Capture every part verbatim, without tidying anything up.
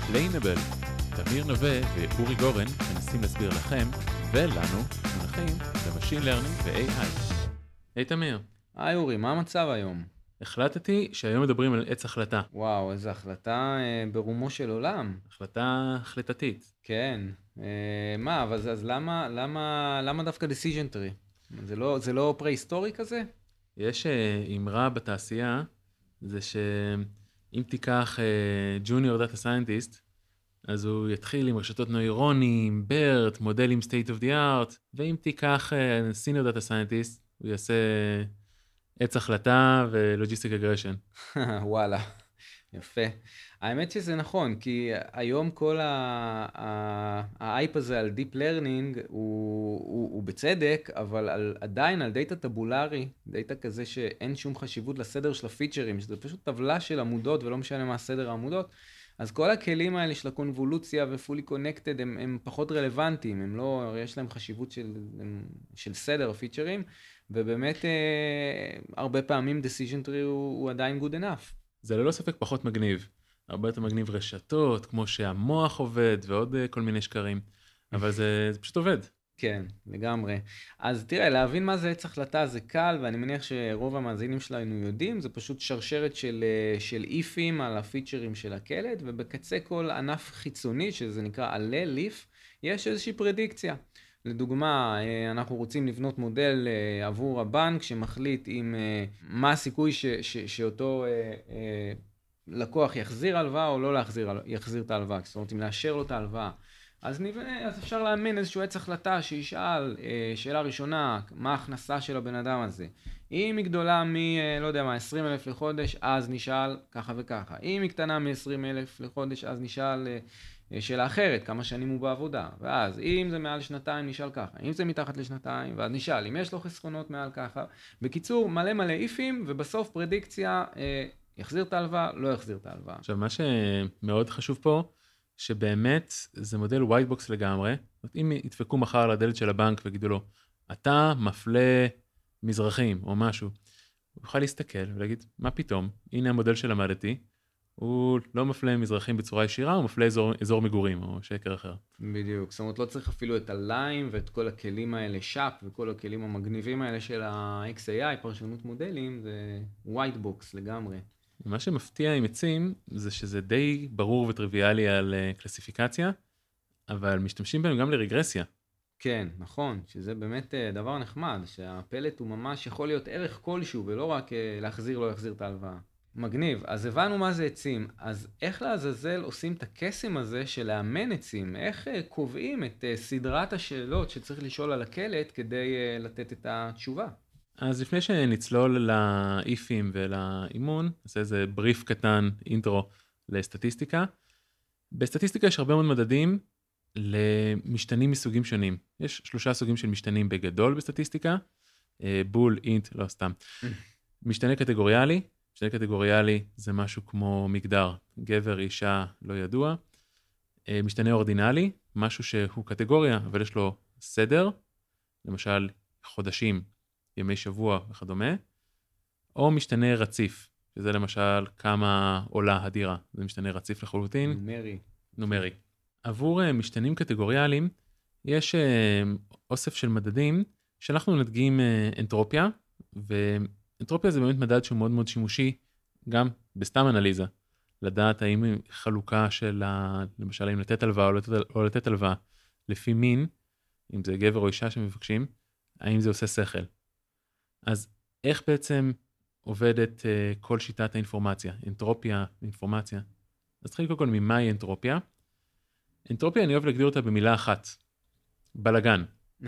Explainable. תמיר נווה ואורי גורן מנסים להסביר לכם ולנו מונחים במשין לרנינג ו-איי איי. היי תמיר. היי אורי, מה המצב היום? החלטתי שהיום מדברים על עץ החלטה. וואו, איזו החלטה אה, ברומו של עולם. החלטה החלטתית. כן. אה, מה, אבל אז למה, למה, למה דווקא decision tree? זה לא, זה לא פרה-היסטורי כזה? יש uh, אמרה בתעשייה, זה שאם תיקח ג'וניור דאטה סיינטיסט, אז הוא יתחיל עם רשתות נוירונים, ברט, מודלים state of the art, ואם תיקח סיניור דאטה סיינטיסט, הוא יעשה עץ החלטה ולוגיסטיק אגרשן. וואלה, יפה. האמת שזה נכון, כי היום כל האייפ הזה על Deep Learning הוא, הוא, הוא בצדק, אבל על, עדיין על דאטה טבולרי, דאטה כזה שאין שום חשיבות לסדר של הפיצ'רים, שזה פשוט טבלה של עמודות ולא משנה מה סדר העמודות, אז כל הכלים האלה של הקונבולוציה ו-fully connected הם, הם פחות רלוונטיים, הם לא, יש להם חשיבות של, של סדר הפיצ'רים, ובאמת אה, הרבה פעמים decision tree הוא, הוא עדיין good enough. זה ללא ספק פחות מגניב. הרבה יותר מגניב רשתות, כמו שהמוח עובד ועוד כל מיני שקרים, אבל זה, זה פשוט עובד. כן, לגמרי. אז תראה, להבין מה זה עץ החלטה זה קל, ואני מניח שרוב המאזינים שלנו יודעים, זה פשוט שרשרת של, של איפים על הפיצ'רים של הקלט, ובקצה כל ענף חיצוני, שזה נקרא עלה, ליף, יש איזושהי פרדיקציה. לדוגמה, אנחנו רוצים לבנות מודל עבור הבנק, שמחליט עם מה הסיכוי ש, ש, שאותו לקוח יחזיר הלוואה או לא להחזיר, יחזיר את ההלוואה, זאת אומרת, אם לאשר לו את ההלוואה. אז, נבנה, אז אפשר לאמן איזשהו עץ החלטה שישאל, אה, שאלה ראשונה, מה ההכנסה של הבן אדם הזה. אם היא גדולה מ, אה, לא יודע מה, עשרים אלף לחודש, אז נשאל ככה וככה. אם היא קטנה מ-עשרים אלף לחודש, אז נשאל אה, שאלה אחרת, כמה שנים הוא בעבודה. ואז אם זה מעל שנתיים, נשאל ככה. אם זה מתחת לשנתיים, ואז נשאל, אם יש לו חסכונות מעל ככה. בקיצור, מלא מלא איפים, ובסוף פרדיקציה, אה, יחזיר את ההלוואה, לא יחזיר את ההלוואה. עכשיו, מה שמאוד חשוב פה, שבאמת זה מודל ווייט בוקס לגמרי. אם ידפקו מחר לדלת של הבנק ויגידו לו, אתה מפלה מזרחים או משהו, הוא יוכל להסתכל ולהגיד, מה פתאום? הנה המודל שלמדתי, הוא לא מפלה מזרחים בצורה ישירה, הוא מפלה אזור, אזור מגורים או שקר אחר. בדיוק, זאת אומרת, לא צריך אפילו את הליים ואת כל הכלים האלה, שאפ וכל הכלים המגניבים האלה של ה-אקס איי איי, פרשנות מודלים, זה ווייט בוקס לגמרי. מה שמפתיע עם עצים, זה שזה די ברור וטריוויאלי על קלסיפיקציה, אבל משתמשים בהם גם לרגרסיה. כן, נכון, שזה באמת דבר נחמד, שהפלט הוא ממש יכול להיות ערך כלשהו, ולא רק להחזיר לא להחזיר את ההלוואה. מגניב, אז הבנו מה זה עצים, אז איך לעזאזל עושים את הקסם הזה של לאמן עצים? איך קובעים את סדרת השאלות שצריך לשאול על הקלט כדי לתת את התשובה? אז לפני שנצלול לאיפים ולאימון, נעשה איזה בריף קטן, אינטרו לסטטיסטיקה. בסטטיסטיקה יש הרבה מאוד מדדים למשתנים מסוגים שונים. יש שלושה סוגים של משתנים בגדול בסטטיסטיקה, בול, אינט, לא סתם. משתנה קטגוריאלי, משתנה קטגוריאלי זה משהו כמו מגדר, גבר, אישה, לא ידוע. משתנה אורדינלי, משהו שהוא קטגוריה, אבל יש לו סדר, למשל חודשים, ימי שבוע וכדומה, או משתנה רציף, שזה למשל כמה עולה הדירה, זה משתנה רציף לחלוטין. נומרי. נומרי. עבור משתנים קטגוריאליים, יש אוסף של מדדים, שאנחנו נדגים אנטרופיה, ואנטרופיה זה באמת מדד שהוא מאוד מאוד שימושי, גם בסתם אנליזה, לדעת האם חלוקה של, למשל, אם לתת הלוואה או לתת, או לתת הלוואה, לפי מין, אם זה גבר או אישה שמבקשים, האם זה עושה שכל. אז איך בעצם עובדת uh, כל שיטת האינפורמציה, אנטרופיה, אינפורמציה? אז תחיל קודם כל ממהי אנטרופיה. אנטרופיה אני אוהב להגדיר אותה במילה אחת, בלגן,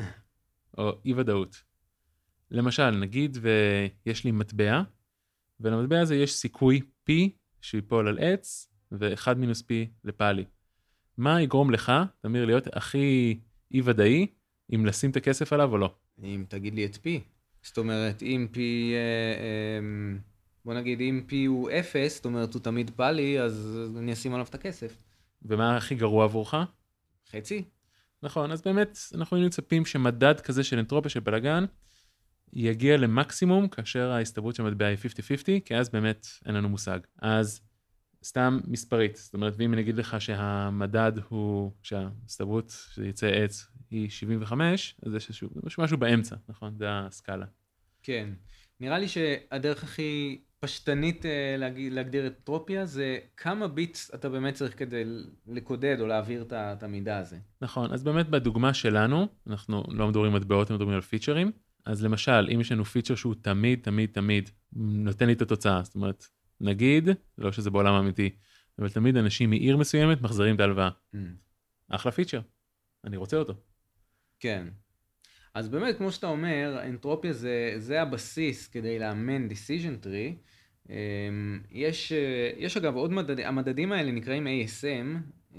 או אי ודאות. למשל, נגיד ויש לי מטבע, ולמטבע הזה יש סיכוי P שיפול על עץ, ו-אחד מינוס P לפאלי. מה יגרום לך, תמיר, להיות הכי אי ודאי, אם לשים את הכסף עליו או לא? אם תגיד לי את P. זאת אומרת, אם P, בוא נגיד, אם P הוא אפס, זאת אומרת, הוא תמיד בא לי, אז אני אשים עליו את הכסף. ומה הכי גרוע עבורך? חצי. נכון, אז באמת, אנחנו היינו מצפים שמדד כזה של אנטרופיה של בלגן, יגיע למקסימום, כאשר ההסתברות של המטבע היא חמישים חמישים, כי אז באמת אין לנו מושג. אז סתם מספרית, זאת אומרת, ואם אני אגיד לך שהמדד הוא, שההסתברות שיצא עץ היא שבעים וחמש, אז יש משהו, משהו באמצע, נכון? זה הסקאלה. כן. נראה לי שהדרך הכי פשטנית להגדיר אנטרופיה זה כמה ביטס אתה באמת צריך כדי לקודד או להעביר את המידע הזה. נכון, אז באמת בדוגמה שלנו, אנחנו לא מדברים על מטבעות, אנחנו מדברים על פיצ'רים, אז למשל, אם יש לנו פיצ'ר שהוא תמיד, תמיד, תמיד נותן לי את התוצאה, זאת אומרת, נגיד, לא שזה בעולם האמיתי, אבל תמיד אנשים מעיר מסוימת מחזירים את ההלוואה. Mm. אחלה פיצ'ר, אני רוצה אותו. כן. אז באמת, כמו שאתה אומר, אנטרופיה זה, זה הבסיס כדי לאמן decision tree. יש, יש אגב עוד מדדים, המדדים האלה נקראים איי אס אם,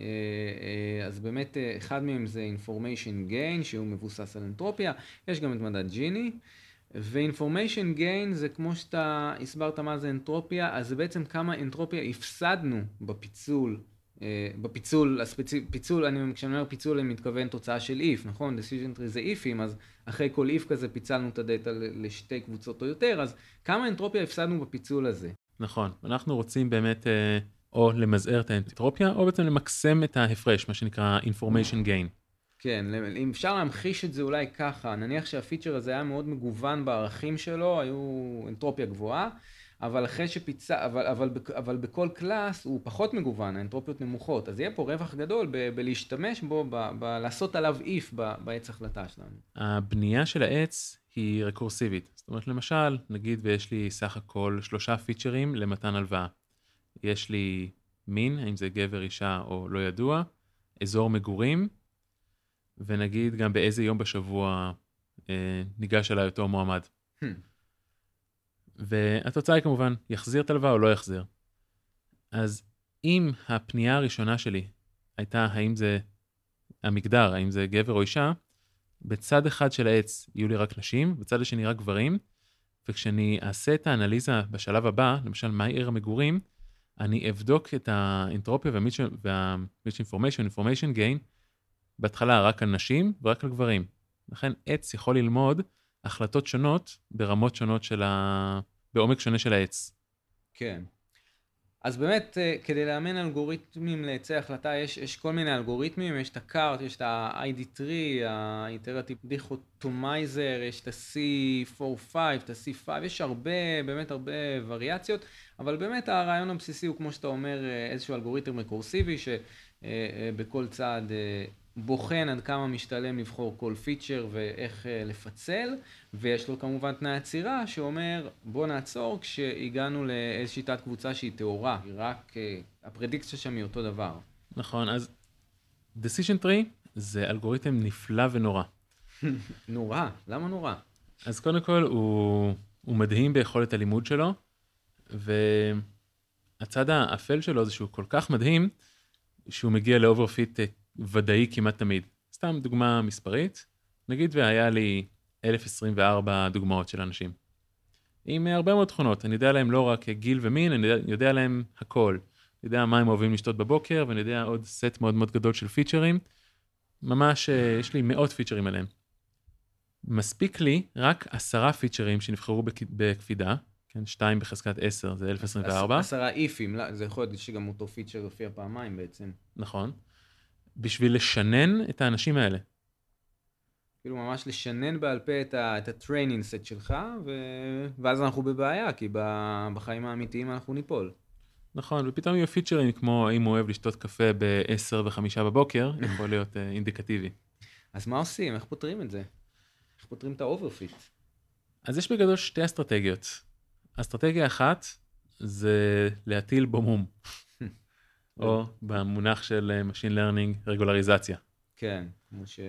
אז באמת אחד מהם זה information gain, שהוא מבוסס על אנטרופיה, יש גם את מדד ג'יני, ו-information gain זה כמו שאתה הסברת מה זה אנטרופיה, אז זה בעצם כמה אנטרופיה הפסדנו בפיצול, בפיצול, פיצול, אני, כשאני אומר פיצול אני מתכוון תוצאה של if, נכון? decision tree זה ifים, אז אחרי כל if כזה פיצלנו את הדאטה לשתי קבוצות או יותר, אז כמה אנטרופיה הפסדנו בפיצול הזה? נכון, אנחנו רוצים באמת או למזער את האנטרופיה, או בעצם למקסם את ההפרש, מה שנקרא information gain. כן, אם אפשר להמחיש את זה אולי ככה, נניח שהפיצ'ר הזה היה מאוד מגוון בערכים שלו, היו אנטרופיה גבוהה, אבל אחרי שפיצה, אבל, אבל, אבל בכל קלאס הוא פחות מגוון, האנטרופיות נמוכות, אז יהיה פה רווח גדול ב- בלהשתמש בו, ב- ב- לעשות עליו if ב- בעץ החלטה שלנו. הבנייה של העץ היא רקורסיבית, זאת אומרת למשל, נגיד ויש לי סך הכל שלושה פיצ'רים למתן הלוואה. יש לי מין, האם זה גבר, אישה או לא ידוע, אזור מגורים, ונגיד גם באיזה יום בשבוע אה, ניגש אליי אותו מועמד. Hmm. והתוצאה היא כמובן, יחזיר את הלוואה או לא יחזיר. אז אם הפנייה הראשונה שלי הייתה האם זה המגדר, האם זה גבר או אישה, בצד אחד של העץ יהיו לי רק נשים, בצד השני רק גברים, וכשאני אעשה את האנליזה בשלב הבא, למשל מה עיר המגורים, אני אבדוק את האנטרופיה וה-Mitch Information, Information Gain, בהתחלה רק על נשים ורק על גברים. לכן עץ יכול ללמוד החלטות שונות ברמות שונות של ה... בעומק שונה של העץ. כן. אז באמת, כדי לאמן אלגוריתמים לעצי החלטה, יש, יש כל מיני אלגוריתמים, יש את הקארט, יש את ה-איי די טרי, ה-Iterative Dichotomizer, יש את ה-סי ארבע חמש, את ה-סי חמש, יש הרבה, באמת הרבה וריאציות, אבל באמת הרעיון הבסיסי הוא, כמו שאתה אומר, איזשהו אלגוריתם רקורסיבי, שבכל צעד בוחן עד כמה משתלם לבחור כל פיצ'ר ואיך לפצל, ויש לו כמובן תנאי עצירה שאומר בוא נעצור כשהגענו לאיזושהי תת קבוצה שהיא תאורה, היא רק, הפרדיקציה שם היא אותו דבר. נכון, אז decision tree זה אלגוריתם נפלא ונורא. נורא? למה נורא? אז קודם כל הוא, הוא מדהים ביכולת הלימוד שלו, והצד האפל שלו זה שהוא כל כך מדהים, שהוא מגיע לאוברפיט ודאי כמעט תמיד. סתם דוגמה מספרית, נגיד והיה לי אלף עשרים וארבע דוגמאות של אנשים. עם הרבה מאוד תכונות, אני יודע להם לא רק גיל ומין, אני יודע, יודע להם הכל. אני יודע מה הם אוהבים לשתות בבוקר, ואני יודע עוד סט מאוד מאוד גדול של פיצ'רים. ממש יש לי מאות פיצ'רים עליהם. מספיק לי רק עשרה פיצ'רים שנבחרו בקפידה, כן, שתיים בחזקת עשר, זה אלף עשרים וארבע. עשרה איפים, זה יכול להיות שגם אותו פיצ'ר יופיע פעמיים בעצם. נכון. בשביל לשנן את האנשים האלה. כאילו ממש לשנן בעל פה את ה-training set שלך, ו... ואז אנחנו בבעיה, כי בחיים האמיתיים אנחנו ניפול. נכון, ופתאום יהיו פיצ'רים כמו אם הוא אוהב לשתות קפה ב-עשר וחמש בבוקר, יכול להיות אינדיקטיבי. אז מה עושים? איך פותרים את זה? איך פותרים את האוברפיט? אז יש בגדול שתי אסטרטגיות. אסטרטגיה אחת זה להטיל בו מום. או במונח של Machine Learning, רגולריזציה. כן, כמו ש...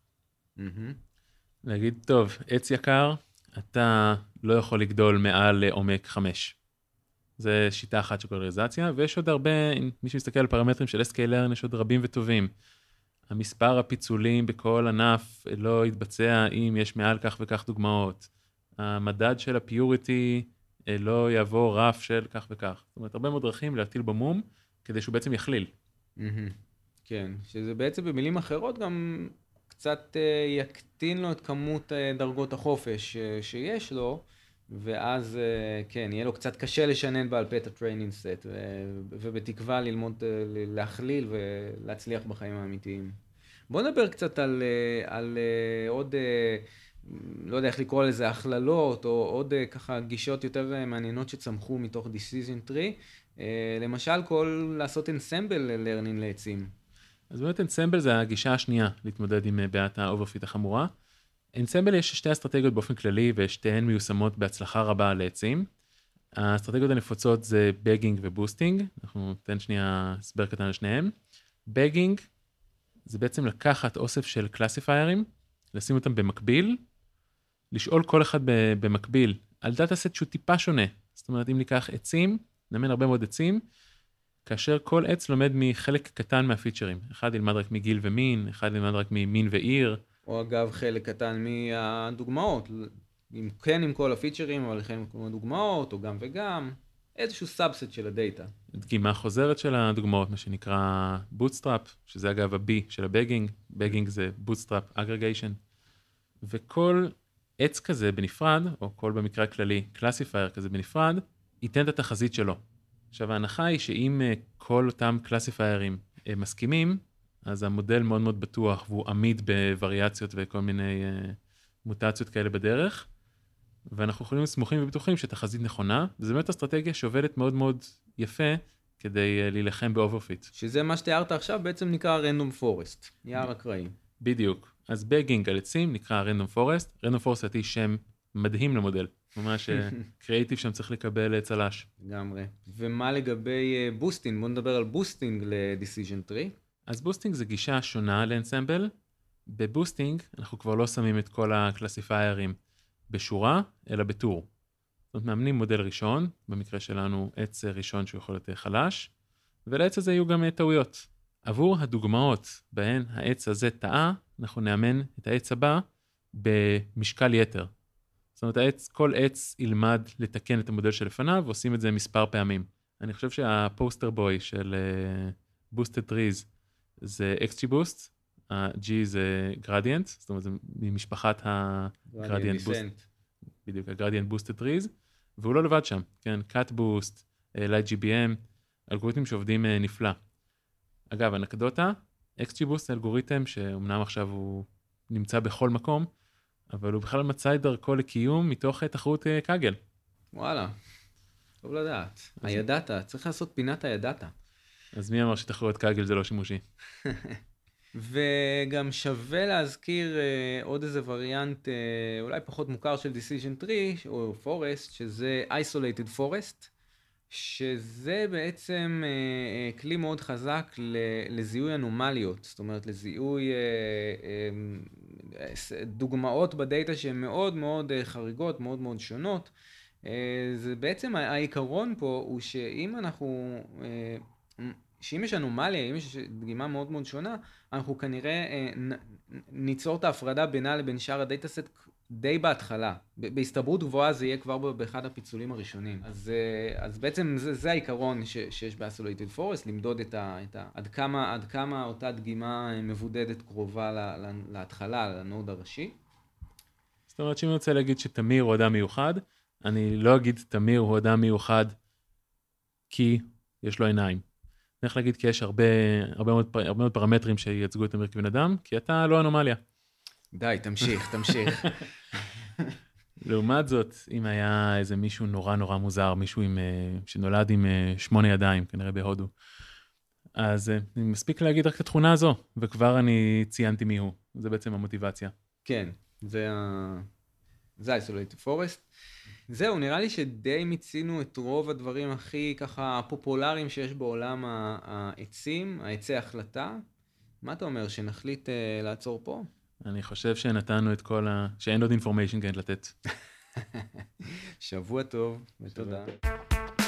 להגיד, טוב, עץ יקר, אתה לא יכול לגדול מעל עומק חמש. זה שיטה אחת של רגולריזציה, ויש עוד הרבה, מי שמסתכל על פרמטרים של אס קיי לרן, יש עוד רבים וטובים. המספר הפיצולים בכל ענף לא יתבצע אם יש מעל כך וכך דוגמאות. המדד של הפיוריטי לא יעבור רף של כך וכך. זאת אומרת, הרבה מאוד דרכים להטיל בו מום, כדי שהוא בעצם יכליל. כן, שזה בעצם במילים אחרות גם קצת יקטין לו את כמות דרגות החופש שיש לו, ואז, כן, יהיה לו קצת קשה לשנן בעל פה את הטריינינג סט, ובתקווה ללמוד, להכליל ולהצליח בחיים האמיתיים. בוא נדבר קצת על, על עוד, לא יודע איך לקרוא לזה, הכללות, או עוד ככה גישות יותר מעניינות שצמחו מתוך Decision Tree. למשל, כל לעשות Ensemble Learning לעצים. אז באמת Ensemble זה הגישה השנייה להתמודד עם בעיית ה-overfit החמורה. Ensemble יש שתי אסטרטגיות באופן כללי, ושתיהן מיושמות בהצלחה רבה לעצים. האסטרטגיות הנפוצות זה בגינג ובוסטינג. אנחנו ניתן שנייה הסבר קטן על שניהם. בגינג זה בעצם לקחת אוסף של קלאסיפיירים, לשים אותם במקביל, לשאול כל אחד במקביל על דאטה סט שהוא טיפה שונה. זאת אומרת, אם ניקח עצים, נאמן הרבה מאוד עצים, כאשר כל עץ לומד מחלק קטן מהפיצ'רים. אחד ילמד רק מגיל ומין, אחד ילמד רק ממין ועיר. או אגב, חלק קטן מהדוגמאות. אם כן עם כל הפיצ'רים, אבל לכן עם כל הדוגמאות, או גם וגם, איזשהו סאבסט של הדאטה. דגימה חוזרת של הדוגמאות, מה שנקרא Bootstrap, שזה אגב ה-B של הבגינג. בגינג זה Bootstrap Aggregation. וכל עץ כזה בנפרד, או כל במקרה הכללי, קלאסיפייר כזה בנפרד, ייתן את התחזית שלו. עכשיו, ההנחה היא שאם כל אותם קלאסיפיירים מסכימים, אז המודל מאוד מאוד בטוח, והוא עמיד בווריאציות וכל מיני uh, מוטציות כאלה בדרך, ואנחנו יכולים סמוכים ובטוחים שתחזית נכונה, וזו באמת אסטרטגיה שעובדת מאוד מאוד יפה, כדי uh, להילחם באוברפיט. שזה מה שתיארת עכשיו, בעצם נקרא Random Forest, יער אקראי. בדיוק. אז בגינג על עצים נקרא Random Forest, Random Forest היא שם מדהים למודל, ממש קריאיטיב שם צריך לקבל צלש. לגמרי. ומה לגבי בוסטינג? בוא נדבר על בוסטינג ל-Decision Tree. אז בוסטינג זה גישה שונה לאנסמבל. בבוסטינג אנחנו כבר לא שמים את כל הקלאסיפיירים בשורה, אלא בטור. זאת אומרת, מאמנים מודל ראשון, במקרה שלנו עץ ראשון שהוא יכול להיות חלש, ולעץ הזה יהיו גם טעויות. עבור הדוגמאות בהן העץ הזה טעה, אנחנו נאמן את העץ הבא במשקל יתר. זאת אומרת, העץ, כל עץ ילמד לתקן את המודל שלפניו, ועושים את זה מספר פעמים. אני חושב שהפוסטר בוי של uh, Boosted Trees זה אקס ג'י Boost, ה-G זה Gradient, זאת אומרת, זה ממשפחת ה-Gradient Boost, בדיוק, ה-Gradient Boosted Trees, והוא לא לבד שם, כן, Cat Boost, Light ג'י בי אם, אלגוריתמים שעובדים uh, נפלא. אגב, אנקדוטה, אקס ג'י Boost זה אלגוריתם שאומנם עכשיו הוא נמצא בכל מקום, אבל הוא בכלל מצא את דרכו לקיום מתוך תחרות קאגל. וואלה, טוב לדעת. הידעת, צריך לעשות פינת הידעת. אז מי אמר שתחרות קאגל זה לא שימושי? וגם שווה להזכיר uh, עוד איזה וריאנט, uh, אולי פחות מוכר של Decision Tree, או Forest, שזה Isolated Forest, שזה בעצם uh, uh, כלי מאוד חזק לזיהוי אנומליות, זאת אומרת לזיהוי uh, uh, דוגמאות בדאטה שהן מאוד מאוד uh, חריגות, מאוד מאוד שונות. Uh, זה בעצם העיקרון פה הוא שאם אנחנו, uh, שאם יש אנומליה, אם יש דגימה מאוד מאוד שונה, אנחנו כנראה uh, ניצור את ההפרדה בינה לבין שאר הדאטה סט די בהתחלה. בהסתברות גבוהה זה יהיה כבר באחד הפיצולים הראשונים. אז, אז בעצם זה, זה העיקרון ש, שיש ב-Isolated Forest, למדוד את ה, את ה, עד כמה, עד כמה אותה דגימה מבודדת קרובה לה, לה, להתחלה, לנוד הראשי. זאת אומרת, שאם אני רוצה להגיד שתמיר הוא אדם מיוחד, אני לא אגיד תמיר הוא אדם מיוחד כי יש לו עיניים. אני הולך להגיד כי יש הרבה, הרבה מאוד, הרבה מאוד פרמטרים שייצגו את תמיר כבן אדם, כי אתה לא אנומליה. די, תמשיך, תמשיך. לעומת זאת, אם היה איזה מישהו נורא נורא מוזר, מישהו עם, שנולד עם שמונה ידיים, כנראה בהודו, אז אני מספיק להגיד רק את התכונה הזו, וכבר אני ציינתי מי הוא. זה בעצם המוטיבציה. כן, זה ה... זה ה-Isolated Forest. זהו, נראה לי שדי מיצינו את רוב הדברים הכי ככה פופולריים שיש בעולם העצים, העצי החלטה. מה אתה אומר, שנחליט uh, לעצור פה? אני חושב שנתנו את כל ה... שאין עוד אינפורמיישן כאן לתת. שבוע טוב, ותודה.